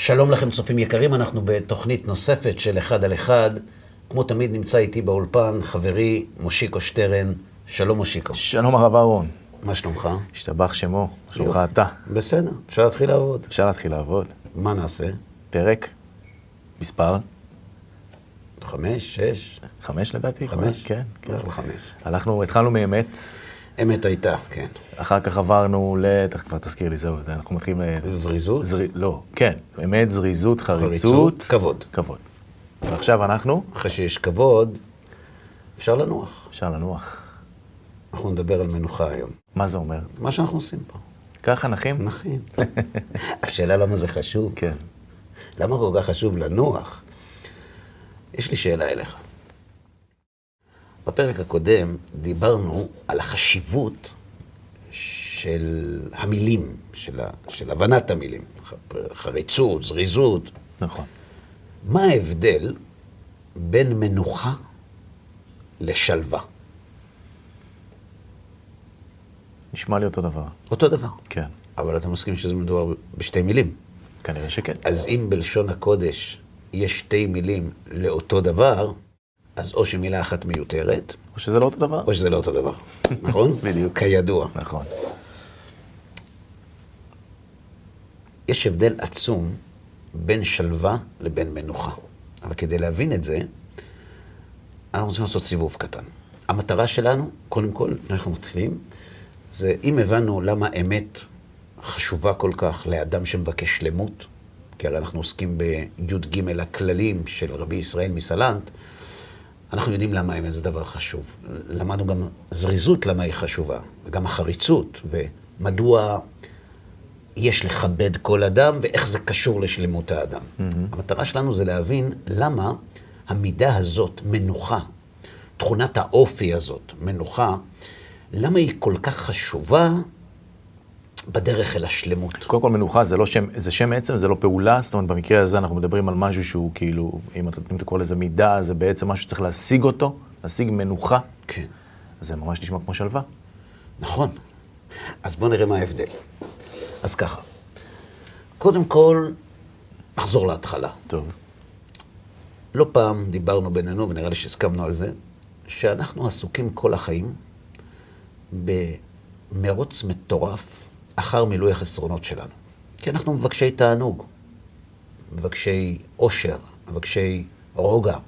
שלום לכם צופים יקרים, אנחנו בתוכנית נוספת של אחד על אחד. כמו תמיד נמצא איתי באולפן חברי מושיקו שטרן. שלום מושיקו. שלום הרב אהרון. מה שלומך? השתבח שמו, שלומך אתה. בסדר, אפשר להתחיל לעבוד. אפשר להתחיל לעבוד. מה נעשה? פרק, מספר? 5, 6? 5 לדעתי. 5? כן. הולך ל5. אנחנו התחלנו מאמת. אמת הייתה, כן. אחר כך עברנו כבר תזכיר לי, זהו, אנחנו מתחילים זריזות? לא, כן. אמת, זריזות, חריצות. כבוד. כבוד. ועכשיו אנחנו? אחרי שיש כבוד, אפשר לנוח. אפשר לנוח. אנחנו נדבר על מנוחה היום. מה זה אומר? מה שאנחנו עושים פה. ככה נחים? נחים. השאלה למה זה חשוב. כן. למה כל כך חשוב לנוח? יש לי שאלה אליך. בפרק הקודם דיברנו על החשיבות של המילים, של הבנת המילים. חריצות, זריזות. נכון. מה ההבדל בין מנוחה לשלווה? נשמע לי אותו דבר. אותו דבר. כן. אבל אתה מסכים שזה מדובר בשתי מילים. כנראה שכן. אז אם בלשון הקודש יש שתי מילים לאותו דבר, אז או שמילה אחת מיותרת, או שזה לא אותו דבר. או שזה לא אותו דבר. נכון? בדיוק. כידוע. נכון. יש הבדל עצום בין שלווה לבין מנוחה. אבל כדי להבין את זה, אנחנו רוצים לעשות סיבוב קטן. המטרה שלנו, קודם כל, לפני שאנחנו מתחילים, זה אם הבנו למה אמת חשובה כל כך לאדם שמבקש שלמות, כי הרי אנחנו עוסקים בי"ג הכללים של רבי ישראל מסלנט, אנחנו יודעים למה אמת זה דבר חשוב. למדנו גם זריזות למה היא חשובה, וגם החריצות, ומדוע יש לכבד כל אדם, ואיך זה קשור לשלמות האדם. המטרה שלנו זה להבין למה המידה הזאת, מנוחה, תכונת האופי הזאת, מנוחה, למה היא כל כך חשובה בדרך אל השלמות. קודם כל מנוחה זה לא שם, זה שם עצם, זה לא פעולה, זאת אומרת במקרה הזה אנחנו מדברים על משהו שהוא כאילו, אם אתה קורא לזה מידה, זה בעצם משהו שצריך להשיג אותו, להשיג מנוחה. כן. זה ממש נשמע כמו שלווה. נכון. אז בואו נראה מה ההבדל. אז ככה, קודם כל, נחזור להתחלה. טוב. לא פעם דיברנו בינינו, ונראה לי שהסכמנו על זה, שאנחנו עסוקים כל החיים במרוץ מטורף אחר מילוי החסרונות שלנו. כי אנחנו מבקשי תענוג, מבקשי עושר, מבקשי רוגע.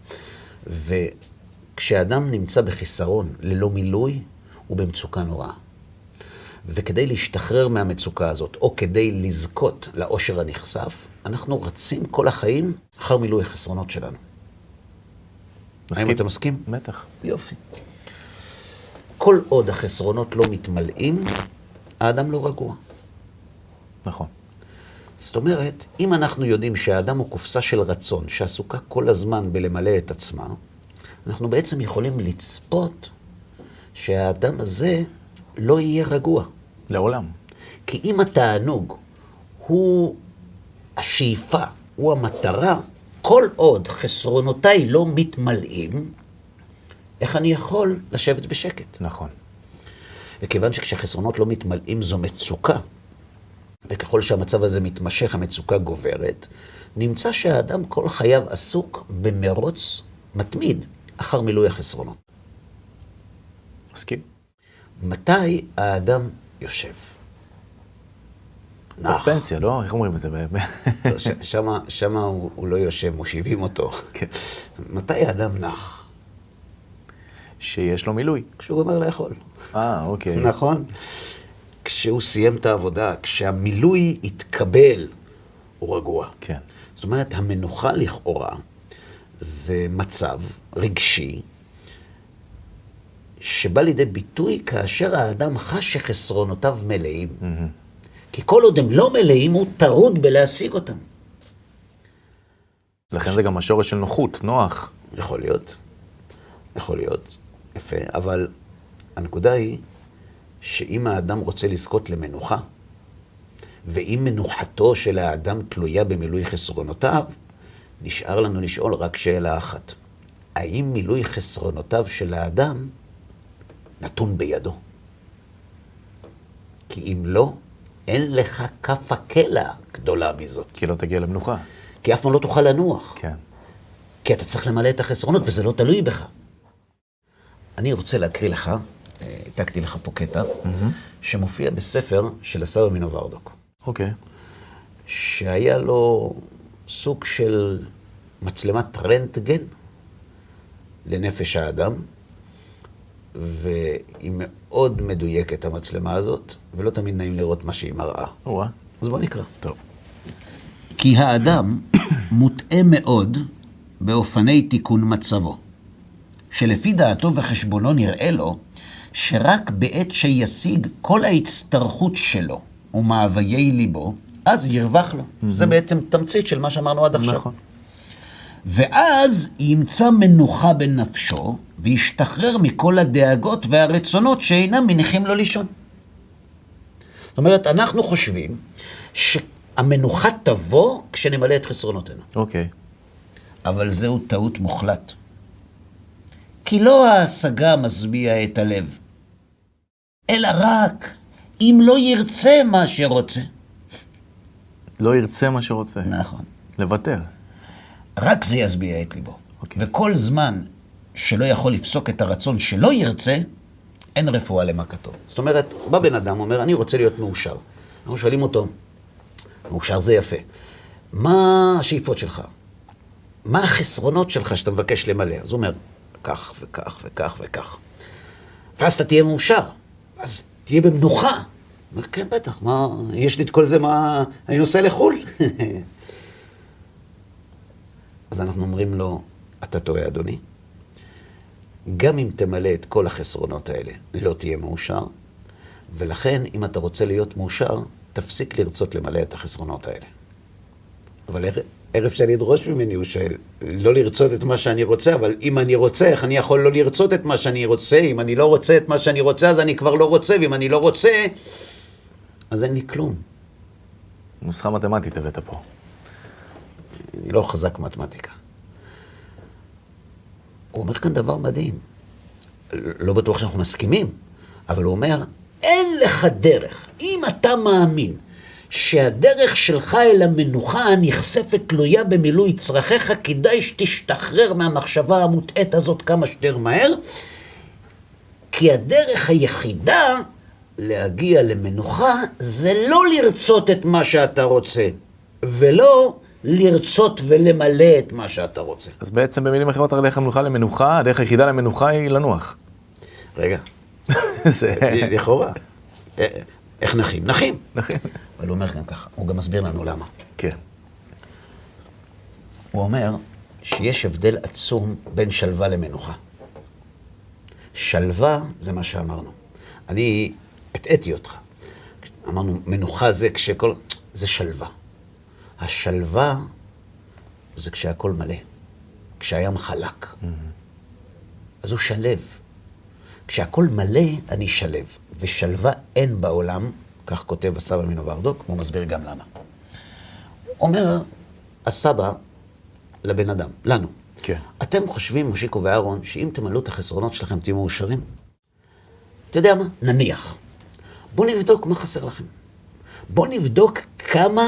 וכשאדם נמצא בחיסרון ללא מילוי, הוא במצוקה נוראה. וכדי להשתחרר מהמצוקה הזאת, או כדי לזכות לעושר הנכסף, אנחנו רצים כל החיים אחר מילוי החסרונות שלנו. מסכים? האם אתה מסכים? בטח. יופי. כל עוד החסרונות לא מתמלאים, האדם לא רגוע. נכון. זאת אומרת, אם אנחנו יודעים שהאדם הוא קופסה של רצון, שעסוקה כל הזמן בלמלא את עצמה, אנחנו בעצם יכולים לצפות שהאדם הזה לא יהיה רגוע. לעולם. כי אם התענוג הוא השאיפה, הוא המטרה, כל עוד חסרונותיי לא מתמלאים, איך אני יכול לשבת בשקט? נכון. וכיוון שכשחסרונות לא מתמלאים זו מצוקה, וככל שהמצב הזה מתמשך, המצוקה גוברת, נמצא שהאדם כל חייו עסוק במרוץ מתמיד אחר מילוי החסרונות. מסכים? מתי האדם יושב? נח. בפנסיה, לא? איך אומרים את זה? שמה הוא לא יושב, מושיבים אותו. כן. מתי האדם נח? שיש לו מילוי. כשהוא גומר לאכול. אוקיי. נכון? כשהוא סיים את העבודה, כשהמילוי התקבל, הוא רגוע. כן. זאת אומרת, המנוחה לכאורה זה מצב רגשי שבא לידי ביטוי כאשר האדם חש שחסרונותיו מלאים. כי כל עוד הם לא מלאים, הוא טרוד בלהשיג אותם. לכן זה גם השורש של נוחות, נוח. יכול להיות. יכול להיות. יפה. אבל הנקודה היא שאם האדם רוצה לזכות למנוחה, ואם מנוחתו של האדם תלויה במילוי חסרונותיו, נשאר לנו לשאול רק שאלה אחת. האם מילוי חסרונותיו של האדם נתון בידו? כי אם לא, אין לך כף הקלע גדולה מזאת. כי לא תגיע למנוחה. כי אף פעם לא תוכל לנוח. כן. כי אתה צריך למלא את החסרונות, וזה לא תלוי בך. אני רוצה להקריא לך, העתקתי לך פה קטע, שמופיע בספר של הסבא מנוברדוק. אוקיי. שהיה לו סוג של מצלמת רנטגן לנפש האדם, והיא מאוד מדויקת המצלמה הזאת, ולא תמיד נעים לראות מה שהיא מראה. אז בוא נקרא. טוב. כי האדם מוטעה מאוד באופני תיקון מצבו, שלפי דעתו וחשבונו נראה לו שרק בעת שישיג כל ההצטרכות שלו ומאוויי ליבו, אז ירווח לו. זה בעצם תמצית של מה שאמרנו עד עכשיו. נכון. ואז ימצא מנוחה בנפשו, וישתחרר מכל הדאגות והרצונות שאינם מניחים לו לישון. זאת אומרת, אנחנו חושבים שהמנוחה תבוא כשנמלא את חסרונותינו. אוקיי. אבל זהו טעות מוחלט. כי לא ההשגה משביע את הלב, אלא רק אם לא ירצה מה שרוצה. לא ירצה מה שרוצה. נכון. לוותר. רק זה ישביע את ליבו. אוקיי. וכל זמן שלא יכול לפסוק את הרצון שלא ירצה, אין רפואה למכתו. זאת אומרת, בא בן אדם, אומר, אני רוצה להיות מאושר. אנחנו שואלים אותו, מאושר זה יפה. מה השאיפות שלך? מה החסרונות שלך שאתה מבקש למלא? אז הוא אומר, כך וכך וכך וכך. ואז אתה תהיה מאושר. אז תהיה במנוחה. הוא אומר, כן, בטח, מה, יש לי את כל זה, מה, אני נוסע לחול. אז אנחנו אומרים לו, אתה טועה, אדוני. גם אם תמלא את כל החסרונות האלה, לא תהיה מאושר. ולכן, אם אתה רוצה להיות מאושר, תפסיק לרצות למלא את החסרונות האלה. אבל ערב שאני אדרוש ממני, הוא שואל, לא לרצות את מה שאני רוצה, אבל אם אני רוצה, איך אני יכול לא לרצות את מה שאני רוצה? אם אני לא רוצה את מה שאני רוצה, אז אני כבר לא רוצה, ואם אני לא רוצה, אז אין לי כלום. נוסחה מתמטית הבאת פה. אני לא חזק מתמטיקה. הוא אומר כאן דבר מדהים. לא בטוח שאנחנו מסכימים, אבל הוא אומר, אין לך דרך. אם אתה מאמין שהדרך שלך אל המנוחה הנכספת תלויה במילוי צרכיך, כדאי שתשתחרר מהמחשבה המוטעת הזאת כמה שיותר מהר, כי הדרך היחידה להגיע למנוחה זה לא לרצות את מה שאתה רוצה, ולא לרצות ולמלא את מה שאתה רוצה. אז בעצם במילים אחרות, הדרך המנוחה למנוחה, הדרך היחידה למנוחה היא לנוח. רגע, זה... לכאורה. איך נחים? נחים. נחים. אבל הוא אומר גם ככה, הוא גם מסביר לנו למה. כן. הוא אומר שיש הבדל עצום בין שלווה למנוחה. שלווה זה מה שאמרנו. אני הטעיתי אותך. אמרנו, מנוחה זה כשכל... זה שלווה. השלווה זה כשהכל מלא. כשהים חלק. אז הוא שלב. כשהכל מלא, אני שלב. ושלווה אין בעולם, כך כותב הסבא מנוברדוק, הוא מסביר גם למה. אומר הסבא לבן אדם, לנו. כן. אתם חושבים, מושיקו ואהרון, שאם תמלאו את החסרונות שלכם, תהיו מאושרים? אתה יודע מה? נניח. בואו נבדוק מה חסר לכם. בואו נבדוק כמה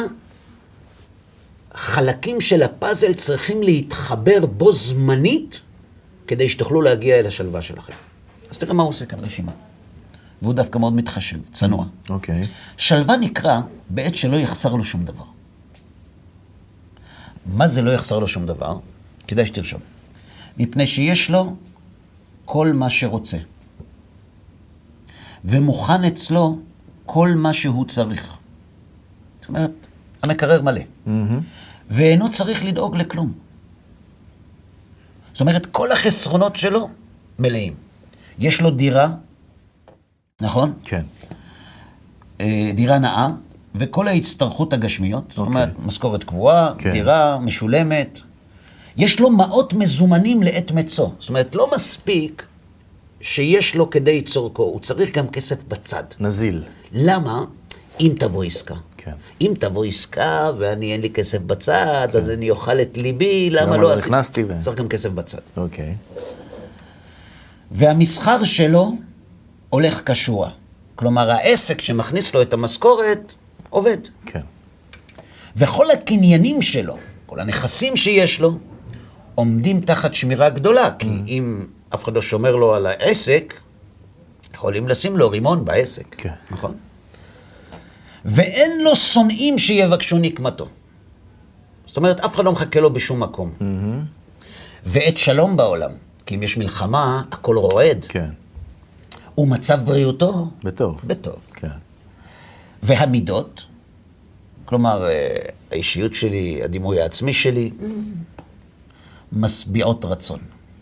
חלקים של הפאזל צריכים להתחבר בו זמנית, כדי שתוכלו להגיע אל השלווה שלכם. אז תראה מה הוא עושה כאן רשימה. והוא דווקא מאוד מתחשב, צנוע. אוקיי. שלווה נקרא בעת שלא יחסר לו שום דבר. מה זה לא יחסר לו שום דבר? כדאי שתרשום. מפני שיש לו כל מה שרוצה. ומוכן אצלו כל מה שהוא צריך. זאת אומרת, המקרר מלא. ואינו צריך לדאוג לכלום. זאת אומרת, כל החסרונות שלו מלאים. יש לו דירה, נכון? כן. דירה נאה, וכל ההצטרכות הגשמיות, זאת אומרת, משכורת קבועה, דירה משולמת. יש לו מאות מזומנים לעת מצוא. זאת אומרת, לא מספיק שיש לו כדי צורכו, הוא צריך גם כסף בצד. נזיל. למה? אם תבוא עסקה. כן. אם תבוא עסקה ואני אין לי כסף בצד, אז אני אוכל את ליבי, למה לא נכנסתי? צריך גם כסף בצד. אוקיי. והמסחר שלו הולך כשורה. כלומר, העסק שמכניס לו את המשכורת, עובד. כן. וכל הקניינים שלו, כל הנכסים שיש לו, עומדים תחת שמירה גדולה, כי אם אף אחד לא שומר לו על העסק, יכולים לשים לו רימון בעסק, כן. נכון? ואין לו שונאים שיבקשו נקמתו. זאת אומרת, אף אחד לא מחכה לו בשום מקום. ועת שלום בעולם, כי אם יש מלחמה, הכל רועד. כן. ומצב בריאותו? בטוב. בטוב. כן. והמידות, כלומר, האישיות שלי, הדימוי העצמי שלי, משביעות רצון.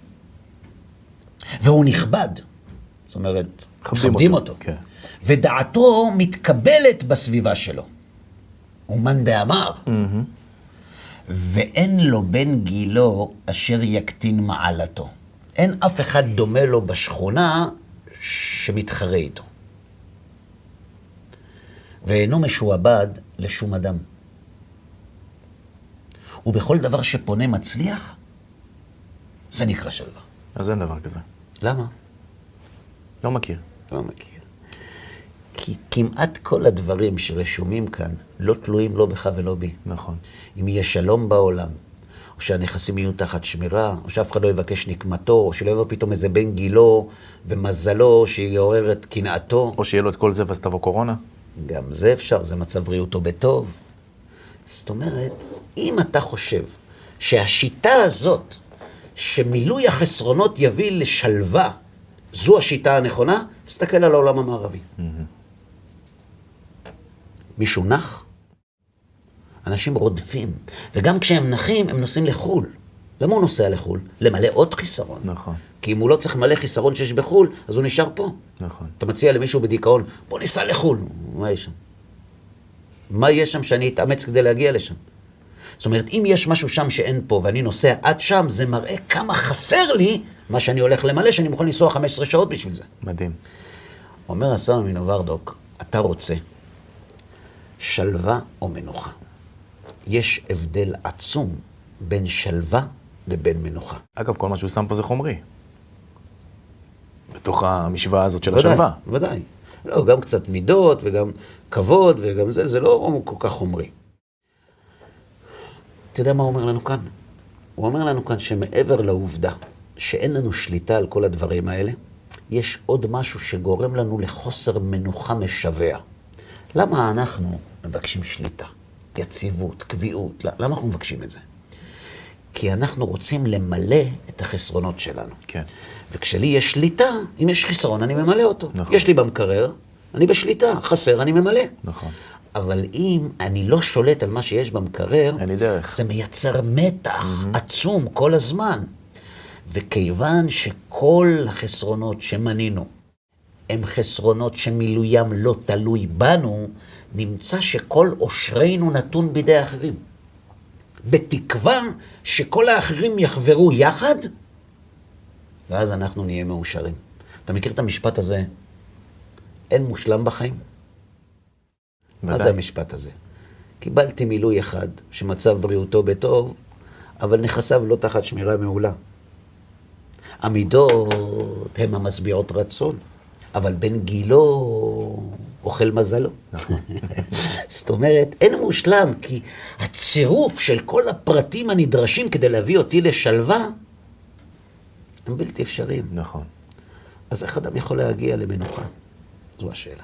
והוא נכבד, זאת אומרת, מכבדים אותו. כן. ודעתו מתקבלת בסביבה שלו. אומן דאמר. ואין לו בן גילו אשר יקטין מעלתו. אין אף אחד דומה לו בשכונה שמתחרה איתו. ואינו משועבד לשום אדם. ובכל דבר שפונה מצליח, זה נקרא שלווה. אז אין דבר כזה. למה? לא מכיר. לא מכיר. כי כמעט כל הדברים שרשומים כאן לא תלויים לא בך ולא בי. נכון. אם יהיה שלום בעולם, או שהנכסים יהיו תחת שמירה, או שאף אחד לא יבקש נקמתו, או שלא יבוא פתאום איזה בן גילו ומזלו שיעורר את קנאתו. או שיהיה לו את כל זה ואז תבוא קורונה. גם זה אפשר, זה מצב בריאותו בטוב. זאת אומרת, אם אתה חושב שהשיטה הזאת, שמילוי החסרונות יביא לשלווה, זו השיטה הנכונה, תסתכל על העולם המערבי. מישהו נח? אנשים רודפים, וגם כשהם נחים, הם נוסעים לחול. למה הוא נוסע לחול? למלא עוד חיסרון. נכון. כי אם הוא לא צריך מלא חיסרון שיש בחול, אז הוא נשאר פה. נכון. אתה מציע למישהו בדיכאון, בוא ניסע לחול. מה יש שם? מה יש שם שאני אתאמץ כדי להגיע לשם? זאת אומרת, אם יש משהו שם שאין פה, ואני נוסע עד שם, זה מראה כמה חסר לי מה שאני הולך למלא, שאני מוכן לנסוע 15 שעות בשביל זה. מדהים. אומר השר מנוברדוק, אתה רוצה שלווה או מנוחה. יש הבדל עצום בין שלווה לבין מנוחה. אגב, כל מה שהוא שם פה זה חומרי. בתוך המשוואה הזאת של השלווה. ודאי. לא, גם קצת מידות וגם כבוד וגם זה לא כל כך חומרי. אתה יודע מה הוא אומר לנו כאן? הוא אומר לנו כאן שמעבר לעובדה שאין לנו שליטה על כל הדברים האלה, יש עוד משהו שגורם לנו לחוסר מנוחה משווה. למה אנחנו מבקשים שליטה, יציבות, קביעות? למה אנחנו מבקשים את זה? כי אנחנו רוצים למלא את החסרונות שלנו. כן. וכשלי יש שליטה, אם יש חסרון, אני ממלא אותו. נכון. יש לי במקרר, אני בשליטה, חסר, אני ממלא. נכון. אבל אם אני לא שולט על מה שיש במקרר, אין לי דרך. זה מייצר מתח עצום כל הזמן. וכיוון שכל החסרונות שמנינו, הם חסרונות שמילוים לא תלוי בנו, נמצא שכל אושרנו נתון בידי אחרים. בתקווה שכל האחרים יחברו יחד, ואז אנחנו נהיה מאושרים. אתה מכיר את המשפט הזה? אין מושלם בחיים? מה זה המשפט הזה? קיבלתי מילוי אחד שמצב בריאותו בטוב, אבל נכסיו לא תחת שמירה מעולה. המידות הם המשביעות רצון, אבל בן גילו אוכל מזלו. זאת אומרת, אין מושלם, כי הצירוף של כל הפרטים הנדרשים כדי להביא אותי לשלווה, הם בלתי אפשריים. נכון. אז איך אדם יכול להגיע למנוחה? זו השאלה.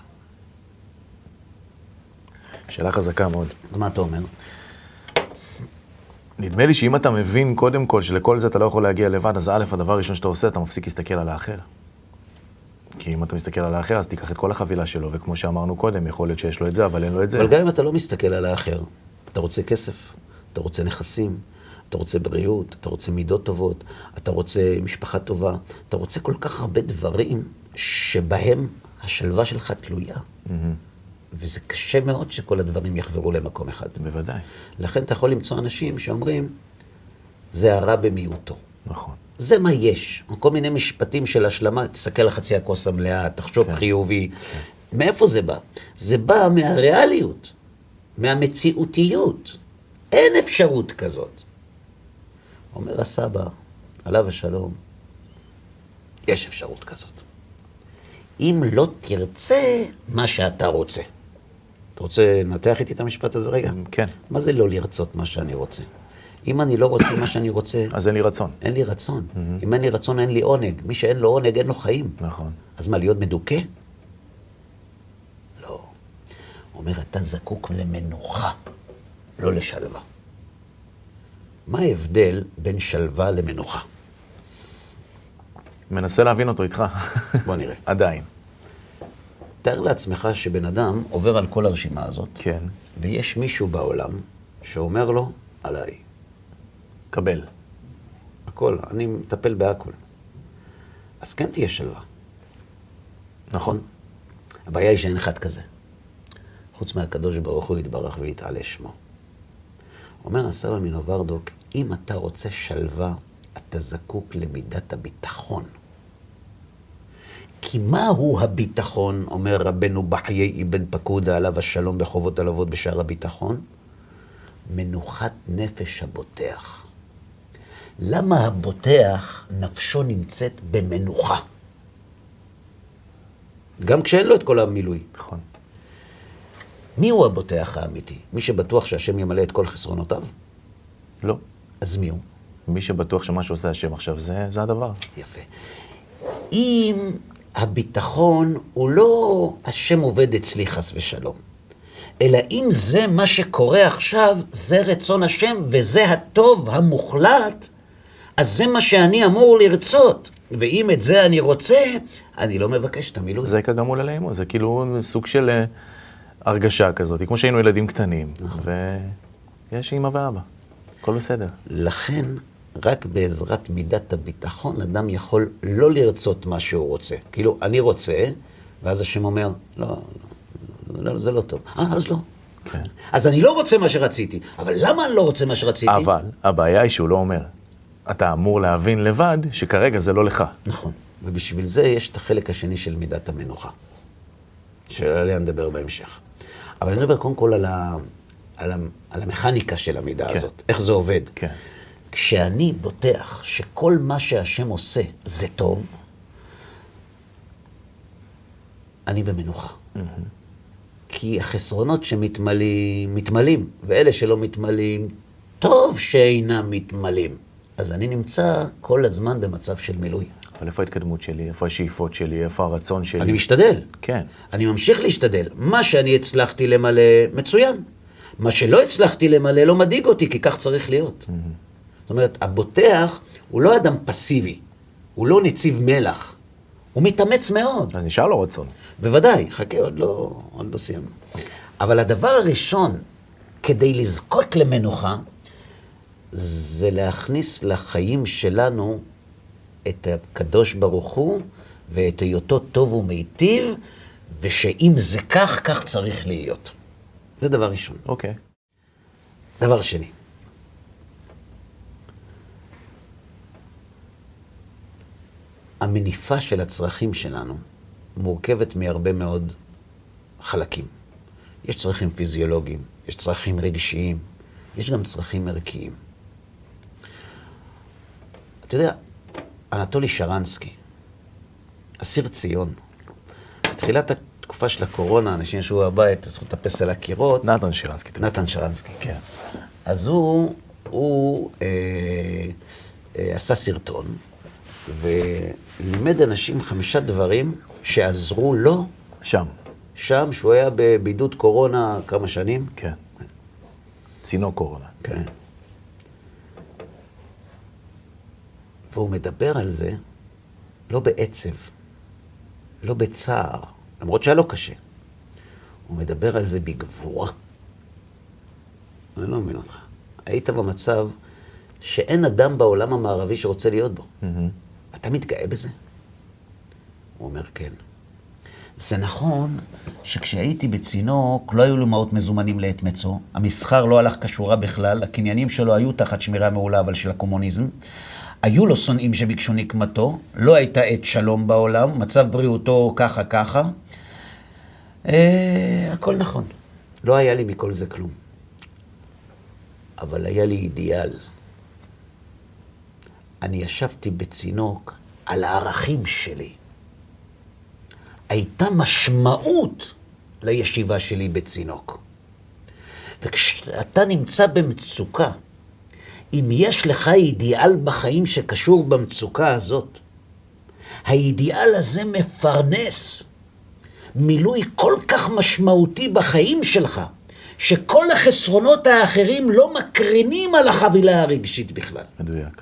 שאלה חזקה מאוד. אז מה אתה אומר? נדמה לי שאם אתה מבין קודם כל שלכל זה אתה לא יכול להגיע לבד, אז א', הדבר הראשון שאתה עושה, אתה מפסיק להסתכל על האחר. כי אם אתה מסתכל על האחר, אז תיקח את כל החבילה שלו, וכמו שאמרנו קודם, יכול להיות שיש לו את זה, אבל אין לו את זה. אבל גם אם אתה לא מסתכל על האחר, אתה רוצה כסף, אתה רוצה נכסים, אתה רוצה בריאות, אתה רוצה מידות טובות, אתה רוצה משפחה טובה, אתה רוצה כל כך הרבה דברים שבהם השלווה שלך תלויה. וזה קשה מאוד שכל הדברים יחברו למקום אחד. בוודאי. לכן אתה יכול למצוא אנשים שאומרים, זה הרע במיעוטו. נכון. זה מה יש. כל מיני משפטים של השלמה, תסתכל על חצי הכוס המלאה, תחשוב חיובי. מאיפה זה בא? זה בא מהריאליות, מהמציאותיות. אין אפשרות כזאת. אומר הסבא, עליו השלום, יש אפשרות כזאת. אם לא תרצה מה שאתה רוצה. אתה רוצה לנתח איתי את המשפט הזה רגע? כן. מה זה לא לרצות מה שאני רוצה? אם אני לא רוצה מה שאני רוצה... אז אין לי רצון. אין לי רצון. אם אין לי רצון, אין לי עונג. מי שאין לו עונג, אין לו חיים. נכון. אז מה, להיות מדוכא? לא. הוא אומר, אתה זקוק למנוחה, לא לשלווה. מה ההבדל בין שלווה למנוחה? מנסה להבין אותו איתך. בוא נראה. עדיין. תאר לעצמך שבן אדם עובר על כל הרשימה הזאת, כן. ויש מישהו בעולם שאומר לו, עליי. קבל. הכל, אני מטפל בהכל. אז כן תהיה שלווה. נכון? הבעיה היא שאין אחד כזה. חוץ מהקדוש ברוך הוא יתברך ויתעלה שמו. אומר הסבא מנוברדוק, אם אתה רוצה שלווה, אתה זקוק למידת הביטחון. כי מהו הביטחון, אומר רבנו בחיי אבן פקודה עליו השלום בחובות הלוות בשער הביטחון? מנוחת נפש הבוטח. למה הבוטח נפשו נמצאת במנוחה? גם כשאין לו את כל המילוי. נכון. מי הוא הבוטח האמיתי? מי שבטוח שהשם ימלא את כל חסרונותיו? לא. אז מי הוא? מי שבטוח שמה שעושה השם עכשיו זה הדבר. יפה. אם הביטחון הוא לא השם עובד אצלי חס ושלום, אלא אם זה מה שקורה עכשיו, זה רצון השם וזה הטוב המוחלט, אז זה מה שאני אמור לרצות. ואם את זה אני רוצה, אני לא מבקש את המילוי. זה כגמול עליהם, זה כאילו סוג של הרגשה כזאת, כמו שהיינו ילדים קטנים, ויש אמא ואבא, הכל בסדר. לכן, רק בעזרת מידת הביטחון, אדם יכול לא לרצות מה שהוא רוצה. כאילו, אני רוצה, ואז השם אומר, לא, זה לא טוב. אז לא. כן. אז אני לא רוצה מה שרציתי. אבל למה אני לא רוצה מה שרציתי? אבל הבעיה היא שהוא לא אומר. אתה אמור להבין לבד שכרגע זה לא לך. נכון. ובשביל זה יש את החלק השני של מידת המנוחה. שעליה נדבר בהמשך. אבל אני מדבר קודם כל על המכניקה של המידה כן. הזאת. איך זה עובד? כן. כשאני בוטח שכל מה שהשם עושה זה טוב, אני במנוחה. כי החסרונות מתמלאים, ואלה שלא מתמלאים, טוב שאינם מתמלאים. אז אני נמצא כל הזמן במצב של מילוי. אבל איפה ההתקדמות שלי? איפה השאיפות שלי? איפה הרצון שלי? אני משתדל. כן. אני ממשיך להשתדל. מה שאני הצלחתי למלא, מצוין. מה שלא הצלחתי למלא, לא מדאיג אותי, כי כך צריך להיות. זאת אומרת, הבוטח הוא לא אדם פסיבי. הוא לא נציב מלח. הוא מתאמץ מאוד. אז נשאר לו רצון. בוודאי, חכה, עוד לא סיימנו. אבל הדבר הראשון, כדי לזכות למנוחה, זה להכניס לחיים שלנו את הקדוש ברוך הוא, ואת היותו טוב ומיטיב, ושאם זה כך, כך צריך להיות. זה דבר ראשון. אוקיי. דבר שני. המניפה של הצרכים שלנו מורכבת מהרבה מאוד חלקים. יש צרכים פיזיולוגיים, יש צרכים רגשיים, יש גם צרכים ערכיים. אתה יודע, אנטולי שרנסקי, אסיר ציון, בתחילת התקופה של הקורונה, אנשים ישבו בבית, עשו לטפס על הקירות. נתן שרנסקי. נתן שרנסקי, כן. אז הוא עשה סרטון, ולימד אנשים 5 דברים שעזרו לו שם, שהוא היה בבידוד קורונה כמה שנים. כן. צינוק קורונה. כן. והוא מדבר על זה לא בעצב, לא בצער, למרות שהיה לו קשה. הוא מדבר על זה בגבורה. אני לא מבין אותך. היית במצב שאין אדם בעולם המערבי שרוצה להיות בו. אתה מתגאה בזה? הוא אומר כן. זה נכון שכשהייתי בצינוק לא היו לו מעות מזומנים לעת מצו, המסחר לא הלך כשורה בכלל, הקניינים שלו היו תחת שמירה מעולה אבל של הקומוניזם, היו לו שונאים שביקשו נקמתו, לא הייתה עת שלום בעולם, מצב בריאותו ככה. הכל נכון. לא היה לי מכל זה כלום. אבל היה לי אידיאל. אני ישבתי בצינוק על הערכים שלי. הייתה משמעות לישיבה שלי בצינוק. וכשאתה נמצא במצוקה, אם יש לך אידיאל בחיים שקשור במצוקה הזאת, האידיאל הזה מפרנס מילוי כל כך משמעותי בחיים שלך, שכל החסרונות האחרים לא מקרינים על החבילה הרגשית בכלל. מדויק.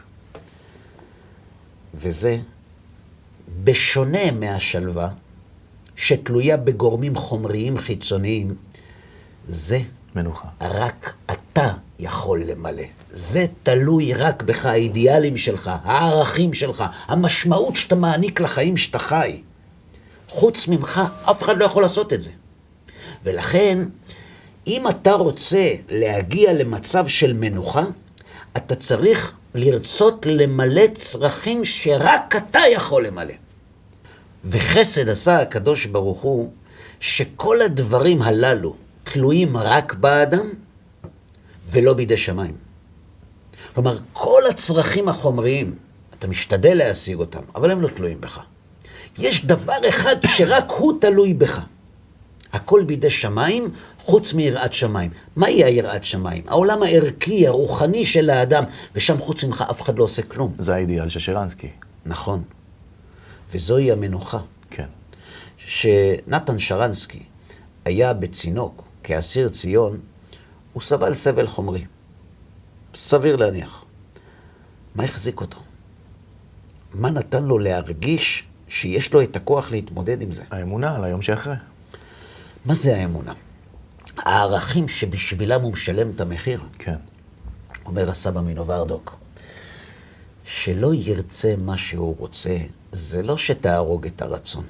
וזה בשונה מהשלווה, שתלויה בגורמים חומריים חיצוניים, זה מנוחה. רק אתה יכול למלא. זה תלוי רק בך, האידיאלים שלך, הערכים שלך, המשמעות שאתה מעניק לחיים שאתה חי. חוץ ממך, אף אחד לא יכול לעשות את זה. ולכן, אם אתה רוצה להגיע למצב של מנוחה, אתה צריך לרצות למלא צרכים שרק אתה יכול למלא. וחסד עשה הקדוש ברוך הוא, שכל הדברים הללו תלויים רק באדם, ולא בידי שמיים. כלומר, כל הצרכים החומריים, אתה משתדל להשיג אותם, אבל הם לא תלויים בך. יש דבר אחד שרק הוא תלוי בך. הכל בידי שמיים, חוץ מיראת שמיים. מהי היראת שמיים? העולם הערכי, הרוחני של האדם, ושם חוץ ממך אף אחד לא עושה כלום. זה האידיאל של שרנסקי. נכון. וזוהי המנוחה. כן. שנתן שרנסקי היה בצינוק, כאסיר ציון, הוא סבל סבל חומרי. סביר להניח. מה החזיק אותו? מה נתן לו להרגיש שיש לו את הכוח להתמודד עם זה? האמונה על היום שאחרי. מה זה האמונה? הערכים שבשבילם הוא משלם את המחיר. כן. אומר הסבא מנוברדוק, שלא ירצה מה שהוא רוצה, זה לא שתהרוג את הרצון.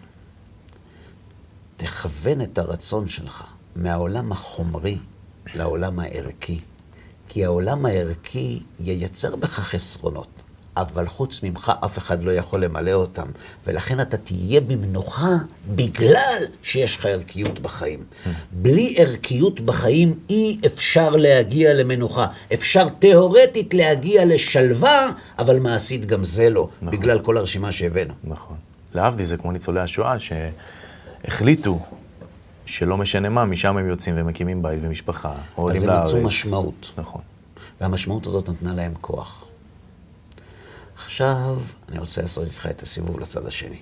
תכוון את הרצון שלך מהעולם החומרי לעולם הערכי. כי העולם הערכי ייצר בך חסרונות, אבל חוץ ממך אף אחד לא יכול למלא אותם. ולכן אתה תהיה במנוחה בגלל שיש לך ערכיות בחיים. בלי ערכיות בחיים אי אפשר להגיע למנוחה. אפשר תיאורטית להגיע לשלווה, אבל מעשית גם זה לא, נכון. בגלל כל הרשימה שהבאנו. נכון. להבדיל זה כמו ניצולי השואה שהחליטו שלא משנה מה, משם הם יוצאים ומקימים בית ומשפחה, עולים לארץ. אז הם מצאו משמעות. נכון. והמשמעות הזאת נתנה להם כוח. עכשיו אני רוצה לעשות איתך את הסיבוב לצד השני.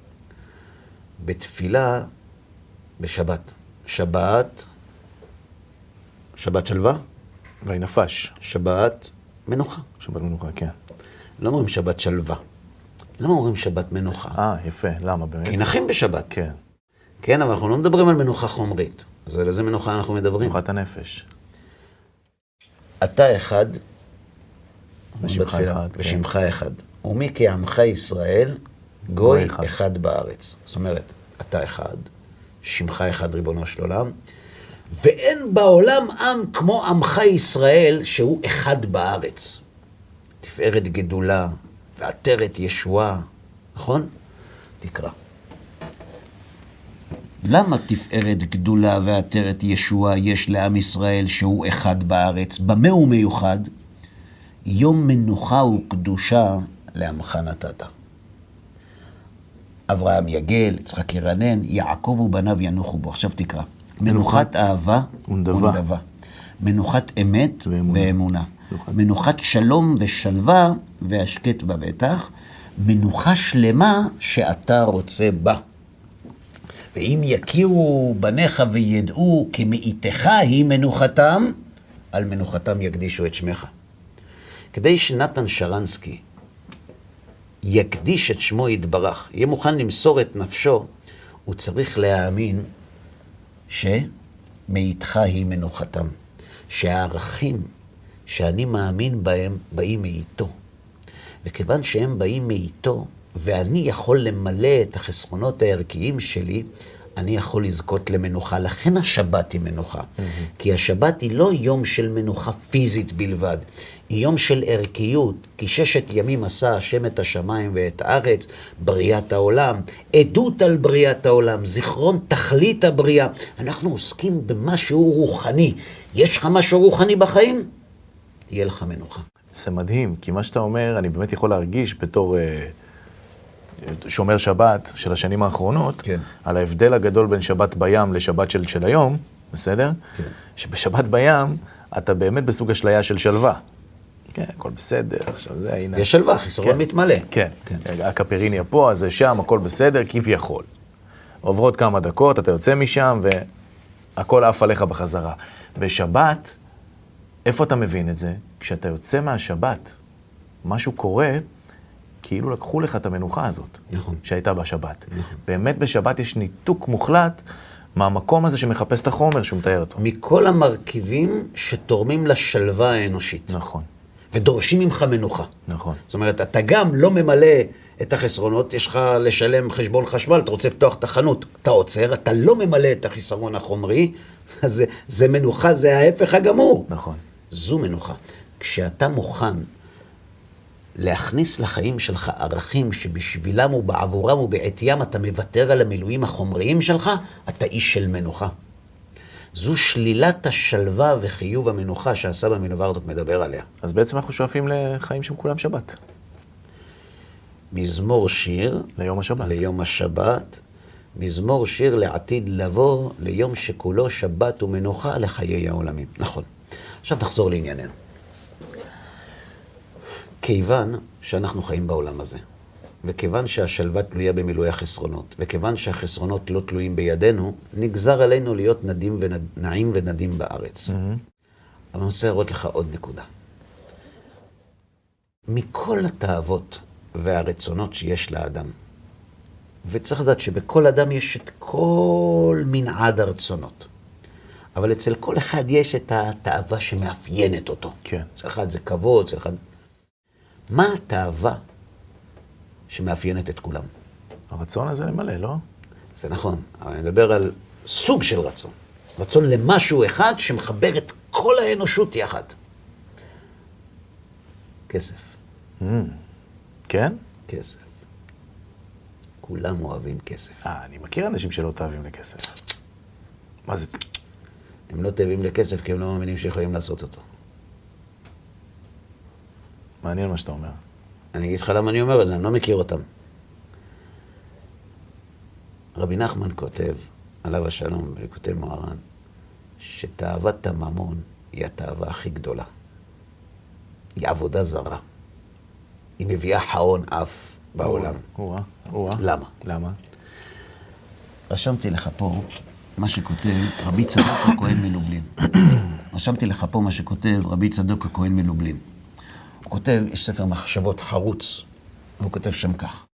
בתפילה, בשבת. שבת שלווה? והנפש. שבת מנוחה. שבת מנוחה, כן. לא אומרים שבת שלווה. למה אומרים שבת מנוחה? יפה. למה באמת? כי נחים בשבת. כן. כן, אבל אנחנו לא מדברים על מנוחה חומרית. אז על איזה מנוחה אנחנו מדברים? מנוחת הנפש. אתה אחד, ושמך אחד, ושמך אחד. ומי כעמך ישראל, גוי אחד בארץ. זאת אומרת, אתה אחד, שמך אחד ריבונו של עולם, ואין בעולם עם כמו עמך ישראל שהוא אחד בארץ. תפארת גדולה ועטרת ישועה, נכון? תקרא. למה תפארת גדולה ועטרת ישועה יש לעם ישראל שהוא אחד בארץ? במה הוא מיוחד? יום מנוחה וקדושה לעמך נתת. אברהם יגל, יצחק ירנן, יעקב ובניו ינוחו בו. עכשיו תקרא. מנוחת אהבה ונדבה. מנוחת אמת ואמונה. מנוחת שלום ושלווה והשקט בבטח. מנוחה שלמה שאתה רוצה בה. ואם יכירו בניך וידעו כי מאיתך היא מנוחתם, על מנוחתם יקדישו את שמך. כדי שנתן שרנסקי יקדיש את שמו יתברך, יהיה מוכן למסור את נפשו, הוא צריך להאמין שמאיתך היא מנוחתם. שהערכים שאני מאמין בהם באים מאיתו. וכיוון שהם באים מאיתו, ואני יכול למלא את החסרונות הערכיים שלי, אני יכול לזכות למנוחה. לכן השבת היא מנוחה. כי השבת היא לא יום של מנוחה פיזית בלבד, היא יום של ערכיות. כי 6 ימים עשה השם את השמיים ואת הארץ, בריאת העולם, עדות על בריאת העולם, זיכרון תכלית הבריאה. אנחנו עוסקים במשהו רוחני. יש לך משהו רוחני בחיים? תהיה לך מנוחה. זה מדהים, כי מה שאתה אומר, אני באמת יכול להרגיש בתור שומר שבת של השנים האחרונות, כן. על ההבדל הגדול בין שבת בים לשבת של היום, בסדר? כן. שבשבת בים אתה באמת בסוג אשליה של שלווה. כן, הכל בסדר, עכשיו זה, הנה. יש שלווה, חיסרון מתמלא. כן, הקפריני פה, אז שם, הכל בסדר, כביכול. עוברות כמה דקות, אתה יוצא משם, והכל עף עליך בחזרה. בשבת, איפה אתה מבין את זה? כשאתה יוצא מהשבת, משהו קורה, כאילו לקחו לך את המנוחה הזאת, נכון. שהייתה בשבת. נכון. באמת בשבת יש ניתוק מוחלט מהמקום הזה שמחפש את החומר שהוא מתאר אותו. מכל המרכיבים שתורמים לשלווה האנושית. נכון, ודורשים ממך מנוחה. נכון. זאת אומרת, אתה גם לא ממלא את החסרונות, יש לך לשלם חשבון חשמל, אתה רוצה לפתוח את החנות, אתה עוצר, אתה לא ממלא את החיסרון החומרי, אז זה מנוחה, זה ההפך הגמור. נכון. זו מנוחה. כשאתה מוכן להכניס לחיים שלך ערכים שבשבילם ובעבורם ובעתיים אתה מוותר על המילואים החומריים שלך, אתה איש של מנוחה. זו שלילת השלווה וחיוב המנוחה שהסבא מלוברדוק מדבר עליה. אז בעצם אנחנו שואפים לחיים שהם כולם שבת. מזמור שיר ליום השבת. ליום השבת, מזמור שיר לעתיד לבוא, ליום שכולו שבת ומנוחה לחיי העולמים. נכון. עכשיו נחזור לענייננו. כיוון שאנחנו חיים בעולם הזה, וכיוון שהשלווה תלויה במילוי החסרונות, וכיוון שהחסרונות לא תלויים בידינו, נגזר עלינו להיות נעים ונדים בארץ. אבל אני רוצה להראות לך עוד נקודה. מכל התאוות והרצונות שיש לאדם, וצריך לדעת שבכל אדם יש את כל מנעד הרצונות, אבל אצל כל אחד יש את התאווה שמאפיינת אותו. כן. אצל אחד זה כבוד, אצל אחד... מה התאווה שמאפיינת את כולם? הרצון הזה למלא, לא? זה נכון, אבל אני מדבר על סוג של רצון. רצון למשהו אחד שמחבר את כל האנושות יחד. כסף. כן? כסף. כולם אוהבים כסף. אני מכיר אנשים שלא תאבים לכסף. מה זה? הם לא תאבים לכסף כי הם לא מאמינים שיכולים לעשות אותו. מעניין מה שאתה אומר. אני אגיד לך למה אני אומר את זה, אני לא מכיר אותם. רבי נחמן כותב, עליו השלום, וכותב מוהר"ן, שתאוות הממון היא התאווה הכי גדולה. היא עבודה זרה. היא מביאה חאון אף בעולם. למה? למה? רשמתי לך פה מה שכותב רבי צדוק הכהן מלובלין. רשמתי לך פה מה שכותב רבי צדוק הכהן מלובלין. הוא כותב, יש ספר מחשבות חרוץ, והוא כותב שם כך.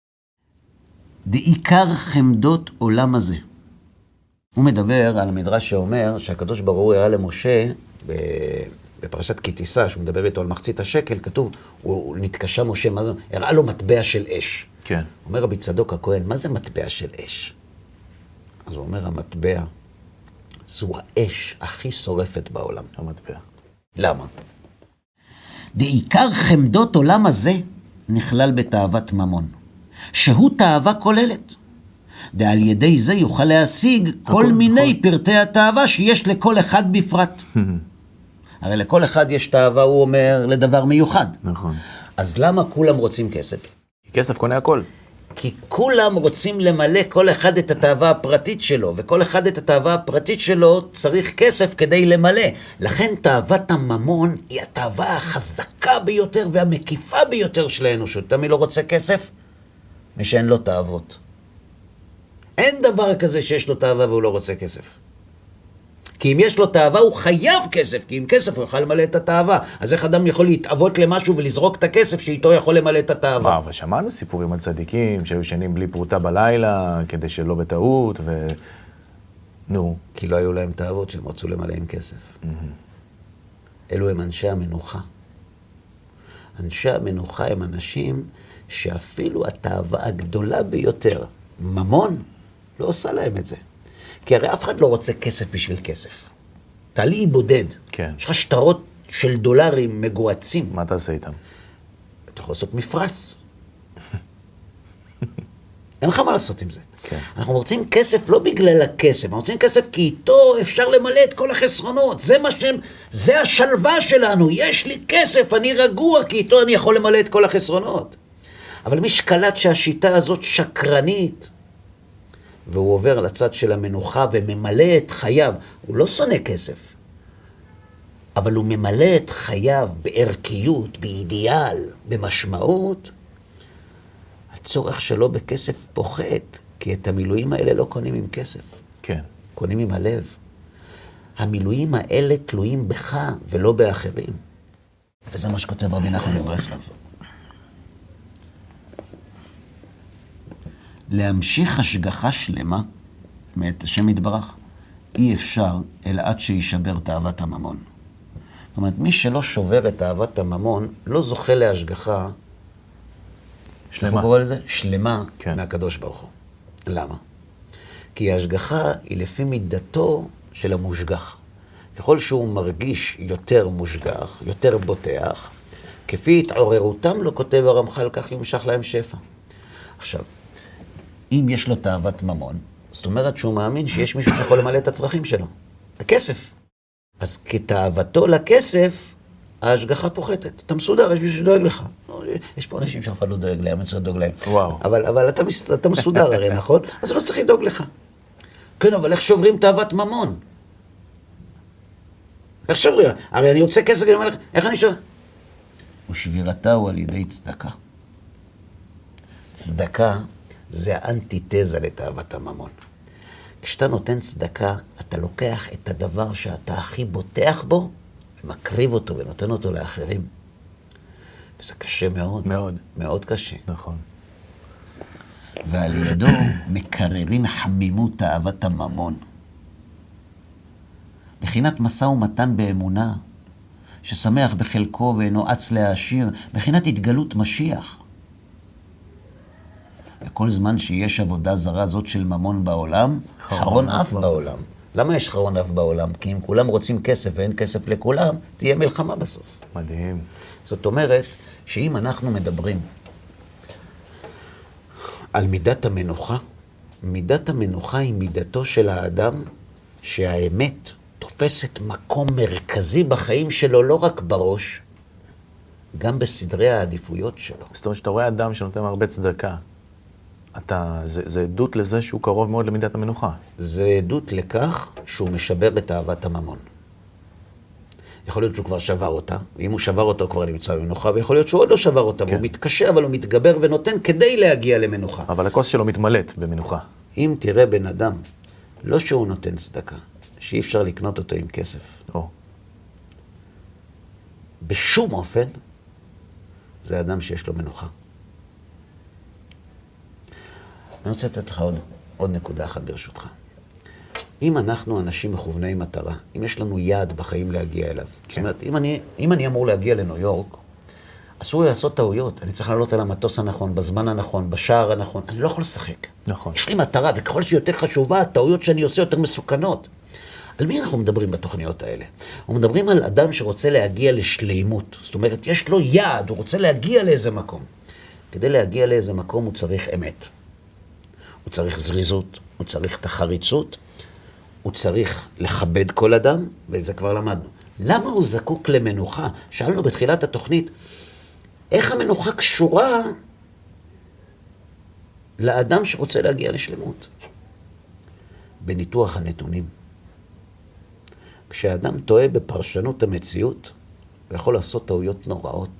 דעיקר חמדות עולם הזה. הוא מדבר על המדרש שאומר שהקדוש ברוך הוא הראה למשה בפרשת כי תישא, שהוא מדבר איתו על מחצית השקל, כתוב, הוא נתקשה משה, מה זה? הראה לו מטבע של אש. כן. אומר רבי צדוק הכהן, מה זה מטבע של אש? אז הוא אומר, המטבע זו האש הכי שורפת בעולם. המטבע. למה? דעיקר חמדות עולם הזה נכלל בתאוות ממון, שהוא תאווה כוללת. ועל ידי זה יוכל להשיג כל מיני פרטי התאווה שיש לכל אחד בפרט. הרי לכל אחד יש תאווה, הוא אומר, לדבר מיוחד. נכון. אז למה כולם רוצים כסף? כסף קונה הכל. כי כולם רוצים למלא כל אחד את התאווה הפרטית שלו, וכל אחד את התאווה הפרטית שלו צריך כסף כדי למלא. לכן תאוות הממון היא התאווה החזקה ביותר והמקיפה ביותר של האנושות. תמיד לא רוצה כסף? מי שאין לו תאוות. אין דבר כזה שיש לו תאווה והוא לא רוצה כסף. כי אם יש לו תאווה הוא חייב כסף, כי עם כסף הוא יוכל למלא את התאווה. אז איך אדם יכול להתאבות למשהו ולזרוק את הכסף שאיתו יכול למלא את התאווה? אבל שמענו סיפורים על צדיקים שהיו ישנים בלי פרוטה בלילה, כדי שלא בטעות, נו. כי לא היו להם תאוות שהם רצו למלא עם כסף. אלו הם אנשי המנוחה. אנשי המנוחה הם אנשים שאפילו התאווה הגדולה ביותר, ממון, לא עושה להם את זה. כי הרי אף אחד לא רוצה כסף בשביל כסף. תעלי בודד. כן. יש לך שטרות של דולרים מגועצים. מה תעשה איתם? אתה יכול לעשות מפרס. אין לך מה לעשות עם זה. כן. אנחנו רוצים כסף לא בגלל הכסף, אנחנו רוצים כסף כי איתו אפשר למלא את כל החסרונות. זה השלווה שלנו. יש לי כסף, אני רגוע, כי איתו אני יכול למלא את כל החסרונות. אבל מי שקלט שהשיטה הזאת שקרנית, והוא עובר לצד של המנוחה וממלא את חייו, הוא לא שונא כסף, אבל הוא ממלא את חייו בערכיות, באידיאל, במשמעות, הצורך שלו בכסף פוחת, כי את המילואים האלה לא קונים עם כסף. כן. קונים עם הלב. המילואים האלה תלויים בך ולא באחרים. וזה מה שכותב רבי נחמן מברסלב. להמשיך השגחה שלמה מאת השם יתברך, אי אפשר אלא עד שישבר תאוות הממון. זאת אומרת, מי שלא שובר את תאוות הממון, לא זוכה להשגחה שלמה. איך הוא קורא לזה? שלמה כן. מהקדוש ברוך הוא. למה? כי ההשגחה היא לפי מידתו של המושגח. ככל שהוא מרגיש יותר מושגח, יותר בוטח, כפי התעוררותם, לא כותב הרמח"ל, כך ימשך להם שפע. עכשיו, אם יש לו תאוות ממון, זאת אומרת שהוא מאמין שיש מישהו שיכול למלא את הצרכים שלו. הכסף. אז כתאוותו לכסף, ההשגחה פוחתת. אתה מסודר, יש מישהו שדואג לך. יש פה אנשים שאף אחד לא דואג להם, אני צריך לדאוג להם. וואו. אבל אתה מסודר הרי, נכון? אז לא צריך לדאוג לך. כן, אבל איך שוברים תאוות ממון? איך שוברים? הרי אני רוצה כסף, אני אומר לך, איך אני שובר? ושבירתה הוא על ידי צדקה. צדקה זה האנטיתזה לתאוות הממון. כשאתה נותן צדקה, אתה לוקח את הדבר שאתה הכי בוטח בו, ומקריב אותו ונותן אותו לאחרים. וזה קשה מאוד. מאוד. מאוד קשה. נכון. ועל ידו מקררין חמימות תאוות הממון. בחינת משא ומתן באמונה, ששמח בחלקו ואינו אץ להעשיר, בחינת התגלות משיח. וכל זמן שיש עבודה זרה זאת של ממון בעולם, חרון אף בעולם. למה יש חרון אף בעולם? כי אם כולם רוצים כסף ואין כסף לכולם, תהיה מלחמה בסוף. מדהים. זאת אומרת שאם אנחנו מדברים על מידת המנוחה, מידת המנוחה היא מידתו של האדם שהאמת תופסת מקום מרכזי בחיים שלו, לא רק בראש, גם בסדרי העדיפויות שלו. זאת אומרת שאתה רואה אדם שנותן הרבה צדקה, זה עדות לזה שהוא קרוב מאוד למידת המנוחה. זה עדות לכך שהוא משבר את תאוות הממון. יכול להיות שהוא כבר שבר אותה, ואם הוא שבר אותה הוא כבר נמצא במנוחה, ויכול להיות שהוא עוד לא שבר אותה, והוא מתקשה, אבל הוא מתגבר ונותן כדי להגיע למנוחה. אבל הכוס שלו מתמלאת במנוחה. אם תראה בן אדם, לא שהוא נותן צדקה, שאי אפשר לקנות אותו עם כסף. בשום אופן, זה אדם שיש לו מנוחה. אני רוצה לתת לך עוד נקודה אחת ברשותך. אם אנחנו אנשים מכווני מטרה, אם יש לנו יעד בחיים להגיע אליו, זאת אומרת, אם אני אמור להגיע לניו יורק, אסור לי לעשות טעויות. אני צריך לעלות על המטוס הנכון, בזמן הנכון, בשער הנכון. אני לא יכול לשחק. נכון. יש לי מטרה, וככל שהיא יותר חשובה, הטעויות שאני עושה יותר מסוכנות. על מי אנחנו מדברים בתוכניות האלה? אנחנו מדברים על אדם שרוצה להגיע לשלימות. זאת אומרת, יש לו יעד, הוא רוצה להגיע לאיזה מקום. כדי להגיע לאיזה מקום הוא צריך אמת. הוא צריך זריזות, הוא צריך את החריצות, הוא צריך לכבד כל אדם, וזה כבר למדנו. למה הוא זקוק למנוחה? שאלנו בתחילת התוכנית, איך המנוחה קשורה לאדם שרוצה להגיע לשלמות? בניתוח הנתונים. כשאדם טועה בפרשנות המציאות, הוא יכול לעשות טעויות נוראות.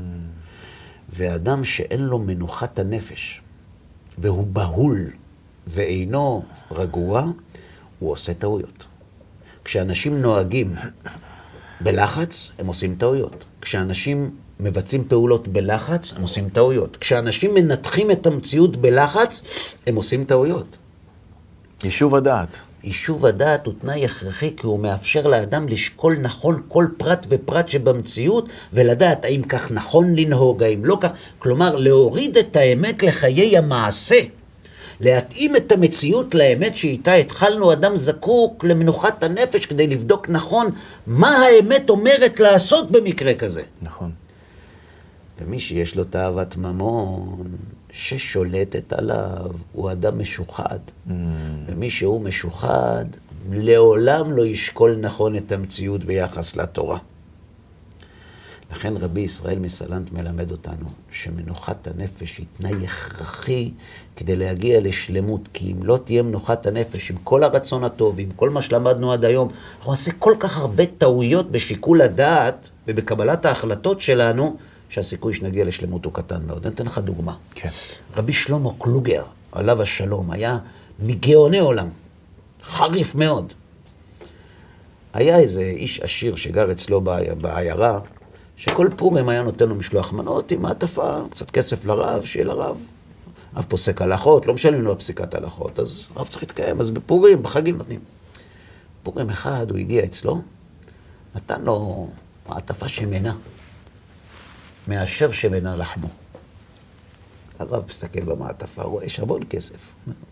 ואדם שאין לו מנוחת הנפש, והוא בהול ואינו רגוע, הוא עושה טעויות. כשאנשים נוהגים בלחץ, הם עושים טעויות. כשאנשים מבצעים פעולות בלחץ, הם עושים טעויות. כשאנשים מנתחים את המציאות בלחץ, הם עושים טעויות. יישוב הדעת. יישוב הדעת הוא תנאי הכרחי, כי הוא מאפשר לאדם לשקול נכון כל פרט ופרט שבמציאות, ולדעת האם כך נכון לנהוג, האם לא כך. כלומר, להוריד את האמת לחיי המעשה. להתאים את המציאות לאמת שאיתה התחלנו. אדם זקוק למנוחת הנפש כדי לבדוק נכון מה האמת אומרת לעשות במקרה כזה. נכון. ומי שיש לו תאוות ממון ששולטת עליו הוא אדם משוחד. ומי שהוא משוחד לעולם לא ישקול נכון את המציאות ביחס לתורה. לכן רבי ישראל מסלנט מלמד אותנו שמנוחת הנפש היא תנאי הכרחי כדי להגיע לשלמות, כי אם לא תהיה מנוחת הנפש עם כל הרצון הטוב, עם כל מה שלמדנו עד היום, אנחנו נעשה כל כך הרבה טעויות בשיקול הדעת ובקבלת ההחלטות שלנו, שהסיכוי שנגיע לשלמות הוא קטן מאוד. אני אתן לך דוגמה. כן. רבי שלמה קלוגר, עליו השלום, היה מגאוני עולם, חריף מאוד. היה איזה איש עשיר שגר אצלו בעיירה, שכל פורים היה נותן לו משלוח מנות עם מעטפה, קצת כסף לרב, שיהיה לרב. אף פוסק הלכות, לא משלמים לו פסיקת הלכות, אז רב צריך להתקיים, אז בפורים, בחגים נותנים. פורים אחד הוא הגיע אצלו, נתן לו מעטפה שמנה, מאשר שמנה לחמו. הרב מסתכל במעטפה, רואה יש המון כסף.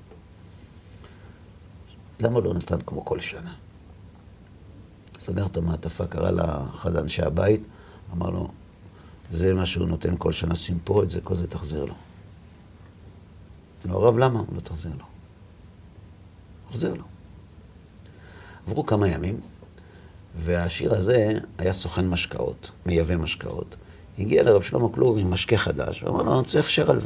למה לא נתן כמו כל שנה? סגר את המעטפה, קרא לאחד אנשי הבית, אמר לו, זה מה שהוא נותן כל שנה, שים פה את זה, כל זה תחזיר לו. לא, הרב, למה? הוא לא תחזיר לו. תחזיר לו. עברו כמה ימים, והשיר הזה היה סוכן משקאות, מייבא משקאות. הגיע לרב שלמה קלוגר עם משקה חדש, ואמר לו, אני רוצה הכשר על זה.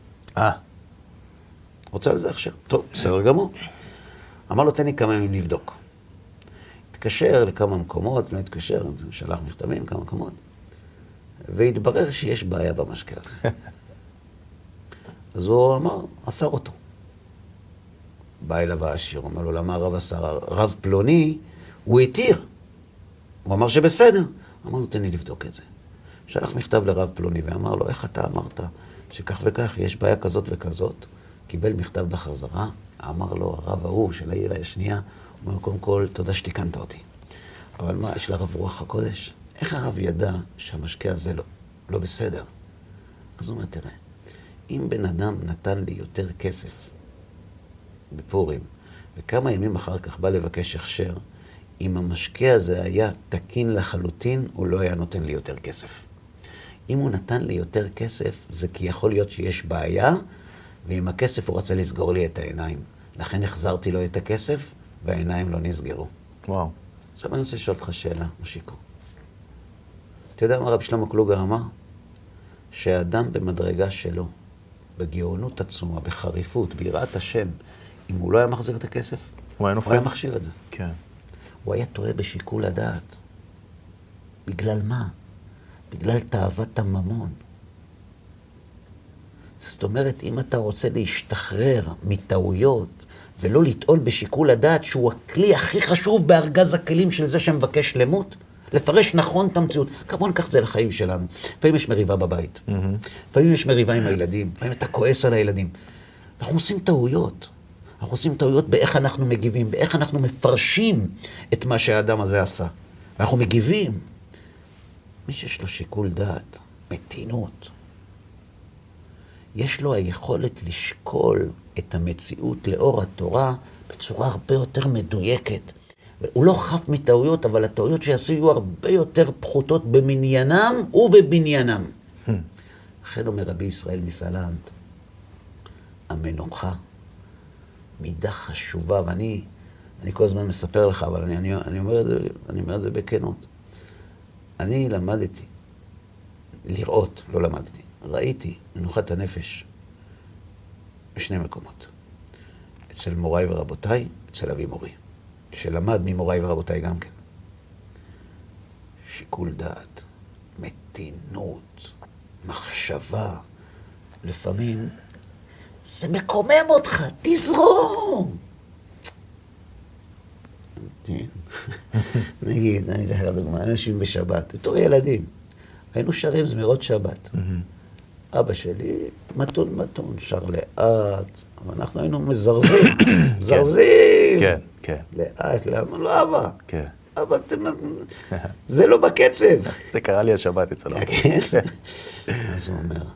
רוצה על זה הכשר? טוב, בסדר גמור. אמר לו, תן לי כמה ימים לבדוק. התקשר לכמה מקומות, לא התקשר, שלח מכתבים, כמה מקומות, והתברר שיש בעיה במשקה הזה. אז הוא אמר, אסר אותו. בא אליו העשיר, אומר לו, למה הרב אסר? רב פלוני, הוא התיר. הוא אמר שבסדר. אמר לו, תן לי לבדוק את זה. שלח מכתב לרב פלוני ואמר לו, איך אתה אמרת שכך וכך, יש בעיה כזאת וכזאת? קיבל מכתב בחזרה, אמר לו, הרב ההוא של העיר השנייה, הוא אומר, קודם כל, תודה שתיקנת אותי. אבל מה, יש לרב רוח הקודש? איך הרב ידע שהמשקה הזה לא בסדר? אז הוא אומר, תראה, אם בן אדם נתן לי יותר כסף בפורים, וכמה ימים אחר כך בא לבקש הכשר, אם המשקה הזה היה תקין לחלוטין, הוא לא היה נותן לי יותר כסף. אם הוא נתן לי יותר כסף, זה כי יכול להיות שיש בעיה, ועם הכסף הוא רצה לסגור לי את העיניים. לכן החזרתי לו את הכסף, והעיניים לא נסגרו. וואו. עכשיו אני רוצה לשאול אותך שאלה, מושיקו. אתה יודע מה רב שלמה קלוגר אמר? שהאדם במדרגה שלו, בגאונות עצומה, בחריפות, ביראת השם, אם הוא לא היה מחזיר את הכסף, הוא היה נופל. הוא היה מכשיר את זה. כן. הוא היה טועה בשיקול הדעת. בגלל מה? בגלל תאוות הממון. זאת אומרת, אם אתה רוצה להשתחרר מטעויות, ולא לטעול בשיקול הדעת, שהוא הכלי הכי חשוב בארגז הכלים של זה שמבקש למות, לפרש נכון את המציאות. כמובן, כך זה לחיים שלנו. לפעמים יש מריבה בבית. לפעמים יש מריבה עם הילדים. לפעמים אתה כועס על הילדים. אנחנו עושים טעויות. אנחנו עושים טעויות באיך אנחנו מגיבים, באיך אנחנו מפרשים את מה שהאדם הזה עשה. אנחנו מגיבים. מי שיש לו שיקול דעת, מתינות, יש לו היכולת לשקול את המציאות לאור התורה בצורה הרבה יותר מדויקת. הוא לא חף מטעויות, אבל הטעויות שיעשו יהיו הרבה יותר פחותות במניינם ובבניינם. לכן אומר רבי ישראל מסלנט, המנוחה, מידה חשובה, ואני כל הזמן מספר לך, אבל אני אומר את זה בכנות. אני למדתי לראות, לא למדתי, ראיתי מנוחת הנפש בשני מקומות. אצל מוריי ורבותיי, אצל אבי מורי, שלמד ממוריי ורבותיי גם כן. שיקול דעת, מתינות, מחשבה, לפעמים זה מקומם אותך, תזרום. נגיד, אני אתן לך דוגמה, אנשים בשבת, בתור ילדים, היינו שרים זמירות שבת. אבא שלי, מתון, שר לאט, אבל אנחנו היינו מזרזים, מזרזים. כן, כן. לאט, לא אבא. כן. אבא, זה לא בקצב. זה קרה לי השבת אצלנו. כן. אז הוא אומר,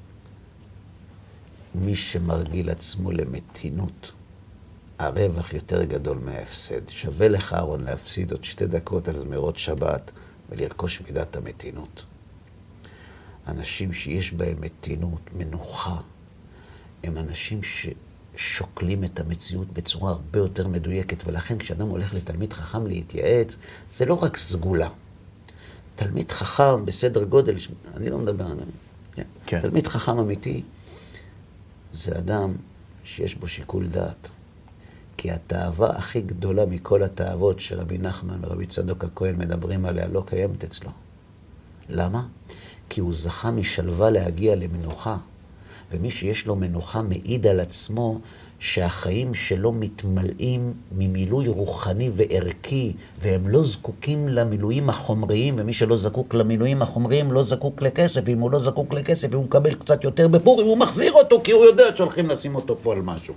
מי שמרגיל עצמו למתינות, הרווח יותר גדול מההפסד. שווה לך, אהרון, להפסיד עוד 2 דקות על זמירות שבת ולרכוש מידת המתינות. אנשים שיש בהם מתינות, מנוחה, הם אנשים ששוקלים את המציאות בצורה הרבה יותר מדויקת, ולכן כשאדם הולך לתלמיד חכם להתייעץ, זה לא רק סגולה. תלמיד חכם בסדר גודל, אני לא מדבר עליו, כן. תלמיד חכם אמיתי, זה אדם שיש בו שיקול דעת. כי התאווה הכי גדולה מכל התאוות שרבי נחמן ורבי צדוק הכהן מדברים עליה לא קיימת אצלו. למה? כי הוא זכה משלווה להגיע למנוחה. ומי שיש לו מנוחה מעיד על עצמו שהחיים שלו מתמלאים ממילוי רוחני וערכי, והם לא זקוקים למילואים החומריים, ומי שלא זקוק למילואים החומריים לא זקוק לכסף, ואם הוא לא זקוק לכסף, הוא מקבל קצת יותר בפורים, הוא מחזיר אותו, כי הוא יודע שהולכים לשים אותו פה על משהו.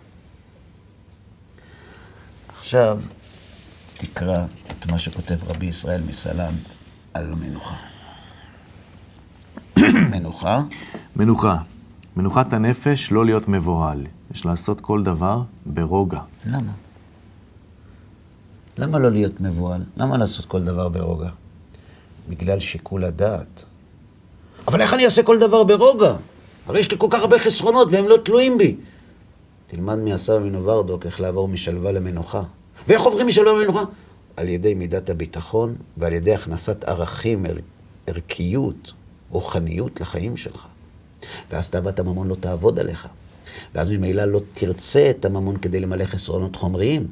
עכשיו, תקרא את מה שכותב רבי ישראל מסלנט על מנוחה. מנוחה? מנוחה. מנוחת הנפש לא להיות מבוהל. יש לעשות כל דבר ברוגע. למה? למה לא להיות מבוהל? למה לעשות כל דבר ברוגע? בגלל שיקול הדעת. אבל איך אני אעשה כל דבר ברוגע? הרי יש לי כל כך הרבה חסרונות והם לא תלויים בי. תלמד מהסבא מנוברדוק איך לעבור משלווה למנוחה. ואיך עוברים משלווה למנוחה? על ידי מידת הביטחון ועל ידי הכנסת ערכים, ערכיות, רוחניות לחיים שלך. ואז תאוות הממון לא תעבוד עליך. ואז ממילא לא תרצה את הממון כדי למלא חסרונות חומריים.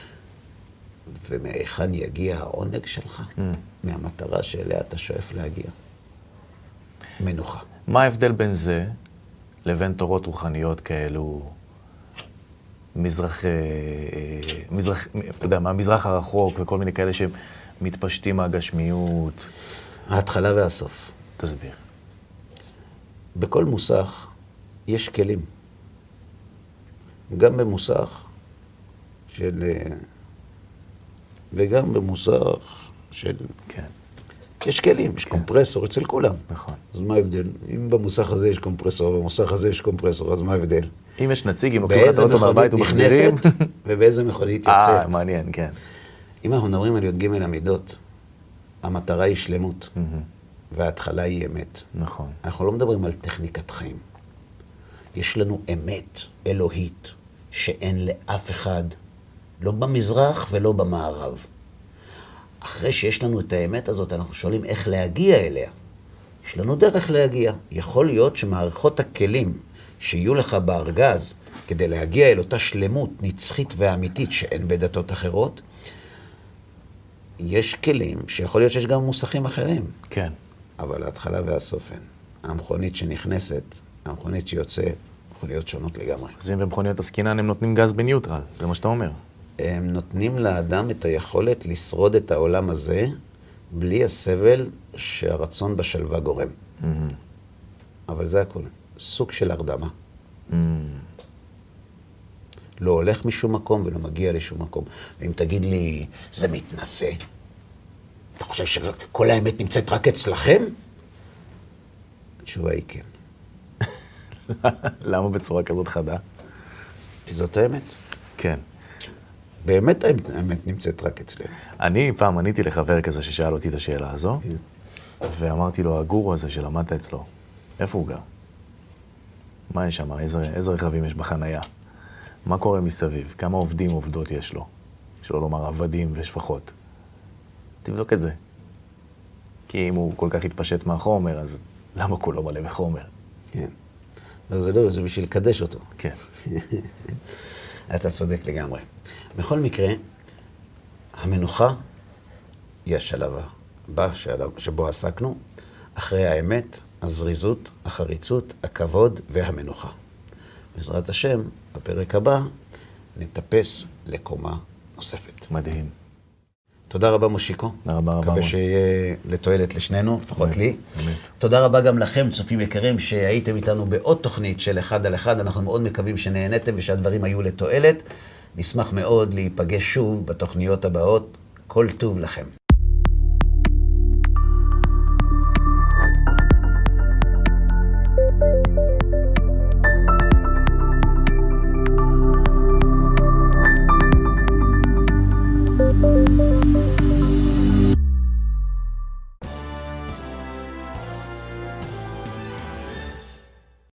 ומאיכן יגיע העונג שלך? מהמטרה שאליה אתה שואף להגיע. מנוחה. מה ההבדל בין זה לבין תורות רוחניות כאלו, אתה יודע, מהמזרח הרחוק וכל מיני כאלה שמתפשטים מהגשמיות? ההתחלה והסוף. תסביר. בכל מוסך יש כלים. גם במוסך וגם במוסך של... כן. יש כלים, יש קומפרסור אצל כולם. נכון. אז מה ההבדל? אם במוסך הזה יש קומפרסור, במוסך הזה יש קומפרסור, אז מה ההבדל? אם יש נציג, אם לוקחים את האוטו מהבית ומחזירים... ובאיזה מכונית יוצאת. מעניין, כן. אם אנחנו מדברים על י"ג המידות, המטרה היא שלמות, וההתחלה היא אמת. נכון. אנחנו לא מדברים על טכניקת חיים. יש לנו אמת אלוהית שאין לאף אחד, לא במזרח ולא במערב. אחרי שיש לנו את האמת הזאת, אנחנו שואלים איך להגיע אליה. יש לנו דרך להגיע. יכול להיות שמערכות הכלים שיהיו לך בארגז כדי להגיע אל אותה שלמות נצחית ואמיתית שאין בדתות אחרות, יש כלים שיכול להיות שיש גם מוסכים אחרים. כן. אבל ההתחלה והסוף אין. המכונית שנכנסת, המכונית שיוצאת, מכוניות שונות לגמרי. אז אם במכוניות הסקינן הם נותנים גז בניוטרל, זה מה שאתה אומר. הם נותנים לאדם את היכולת לשרוד את העולם הזה, בלי הסבל שהרצון בשלווה גורם. אבל זה הכל. סוג של הרדמה. לא הולך משום מקום ולא מגיע לשום מקום. ואם תגיד לי, זה מתנשא, אתה חושב שכל האמת נמצאת רק אצלכם? התשובה היא כן. למה בצורה כזאת חדה? כי זאת האמת. כן. באמת האמת נמצאת רק אצלנו. אני פעם עניתי לחבר כזה ששאל אותי את השאלה הזו, ואמרתי לו, הגורו הזה שלמדת אצלו, איפה הוא גר? מה יש שם? איזה רכבים יש בחנייה? מה קורה מסביב? כמה עובדים עובדות יש לו? שלא לומר עבדים ושפחות. תבדוק את זה. כי אם הוא כל כך התפשט מהחומר, אז למה כולו מלא בחומר? כן. לא, זה לא, זה בשביל לקדש אותו. כן. אתה צודק לגמרי. בכל מקרה, המנוחה היא השלב הבא שבו עסקנו, אחרי האמת, הזריזות, החריצות, הכבוד והמנוחה. בעזרת השם, בפרק הבא, נטפס לקומה נוספת. מדהים. תודה רבה מושיקו. תודה רבה. מקווה שיהיה לתועלת לשנינו, לפחות לי. באמת. תודה רבה גם לכם, צופים יקרים, שהייתם איתנו בעוד תוכנית של אחד על אחד. אנחנו מאוד מקווים שנהנתם ושהדברים היו לתועלת. נשמח מאוד להיפגש שוב בתוכניות הבאות. כל טוב לכם.